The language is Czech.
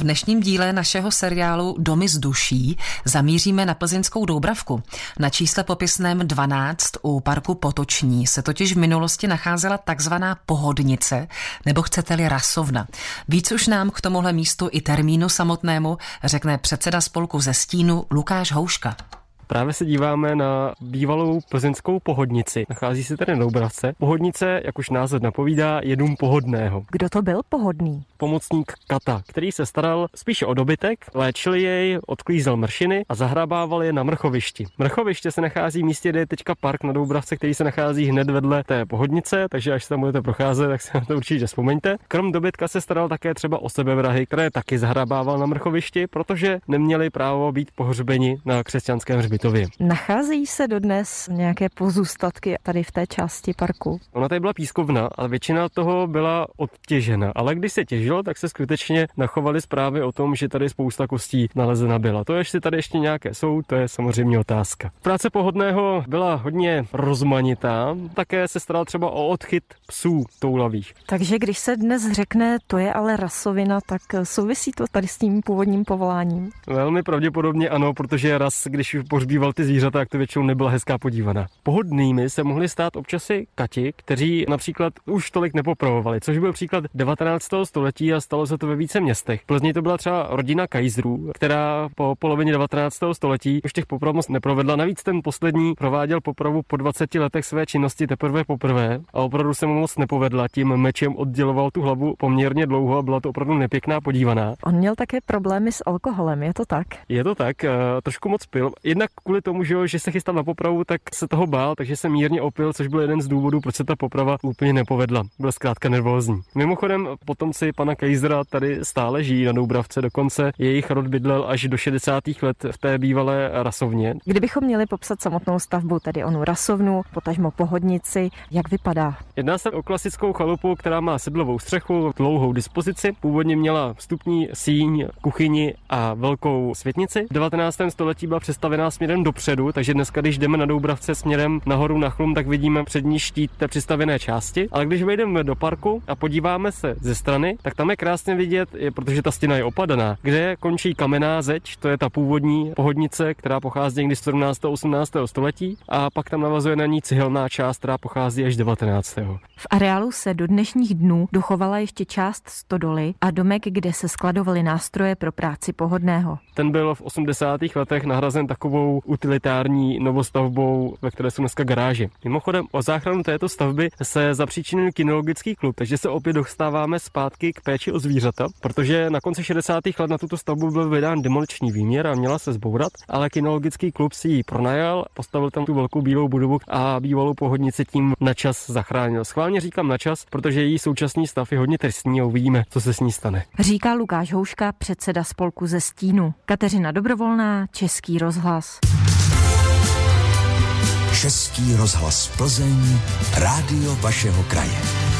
v dnešním díle našeho seriálu Domy z duší zamíříme na plzeňskou Doubravku. Na čísle popisném 12 u parku Potoční se totiž v minulosti nacházela takzvaná pohodnice, nebo chcete-li rasovna. Víc už nám k tomuhle místu i termínu samotnému řekne předseda spolku Ze stínu Lukáš Houška. Právě se díváme na bývalou plzeňskou pohodnici. Nachází se tady na Doubravce. Pohodnice, jak už název napovídá, je dům pohodného. Kdo to byl Pohodný? Pomocník kata, který se staral spíše o dobytek, léčil jej, odklízel mršiny a zahrabával je na mrchovišti. Mrchoviště se nachází v místě, kde je teďka park na Doubravce, který se nachází hned vedle té pohodnice, takže až se tam budete procházet, tak se na to určitě vzpomeňte. Krom dobytka se staral také třeba o sebevrahy, které taky zahrabával na mrchovišti, protože neměli právo být pohřbeni na křesťanském hřbitově. Nacházejí se dodnes nějaké pozůstatky tady v té části parku? Ona tady byla pískovna a většina toho byla odtěžena, ale když se těžilo, tak se skutečně nachovaly zprávy o tom, že tady spousta kostí nalezena byla. To, jestli tady ještě nějaké jsou, to je samozřejmě otázka. Práce Pohodného byla hodně rozmanitá, také se staral třeba o odchyt psů toulavých. Takže když se dnes řekne, to je ale rasovina, tak souvisí to tady s tím původním povoláním? Velmi pravděpodobně ano, protože ras, když pohřbíval ty zvířata, tak to většinou nebyla hezká podívaná. Pohodnými se mohli stát občas i kati, kteří například už tolik nepopravovali, což byl příklad 19. století a stalo se to ve více městech. V Plzni to byla třeba rodina Kaiserů, která po polovině 19. století už těch poprav moc neprovedla. Navíc ten poslední prováděl popravu po 20 letech své činnosti teprve poprvé a opravdu se mu moc nepovedla. Tím mečem odděloval tu hlavu poměrně dlouho a byla to opravdu nepěkná podívaná. On měl také problémy s alkoholem, je to tak? Je to tak, trošku moc pil. Jednak kvůli tomu, že se chystal na popravu, tak se toho bál, takže se mírně opil, což byl jeden z důvodů, proč se ta poprava úplně nepovedla. Byl zkrátka nervózní. Mimochodem, potomci pana Kaisera tady stále žijí na Doubravce, dokonce jejich rod bydlel až do 60. let v té bývalé rasovně. Kdybychom měli popsat samotnou stavbu, tedy onu rasovnu, potažmo pohodnici, jak vypadá? Jedná se o klasickou chalupu, která má sedlovou střechu, dlouhou dispozici. Původně měla vstupní síň, kuchyni a velkou světnici. V 19. století byla přestavená směrem dopředu, takže dneska, když jdeme na Doubravce směrem nahoru na Chlum, tak vidíme přední štít té přistavené části. Ale když vejdeme do parku a podíváme se ze strany, tak tam je krásně vidět, protože ta stěna je opadaná, kde končí kamenná zeď, to je ta původní pohodnice, která pochází někdy z 17. a 18. století, a pak tam navazuje na ní cihelná část, která pochází až z 19. V areálu se do dnešních dnů dochovala ještě část stodoly a domek, kde se skladovaly nástroje pro práci Pohodného. Ten byl v 80. letech nahrazen takovou utilitární novostavbou, ve které jsou dneska garáže. Mimochodem, o záchranu této stavby se zapříčinil kinologický klub, takže se opět dostáváme zpátky k péči o zvířata, protože na konci 60. let na tuto stavbu byl vydán demoliční výměr a měla se zbourat, ale kinologický klub si ji pronajal, postavil tam tu velkou bílou budovu a bývalou pohodnici tím načas zachránil. Schválně říkám načas, protože její současný stav je hodně tristní a uvidíme, co se s ní stane. Říká Lukáš Houška, předseda spolku Ze stínu. Kateřina Dobrovolná, Český rozhlas. Český rozhlas Plzeň, rádio vašeho kraje.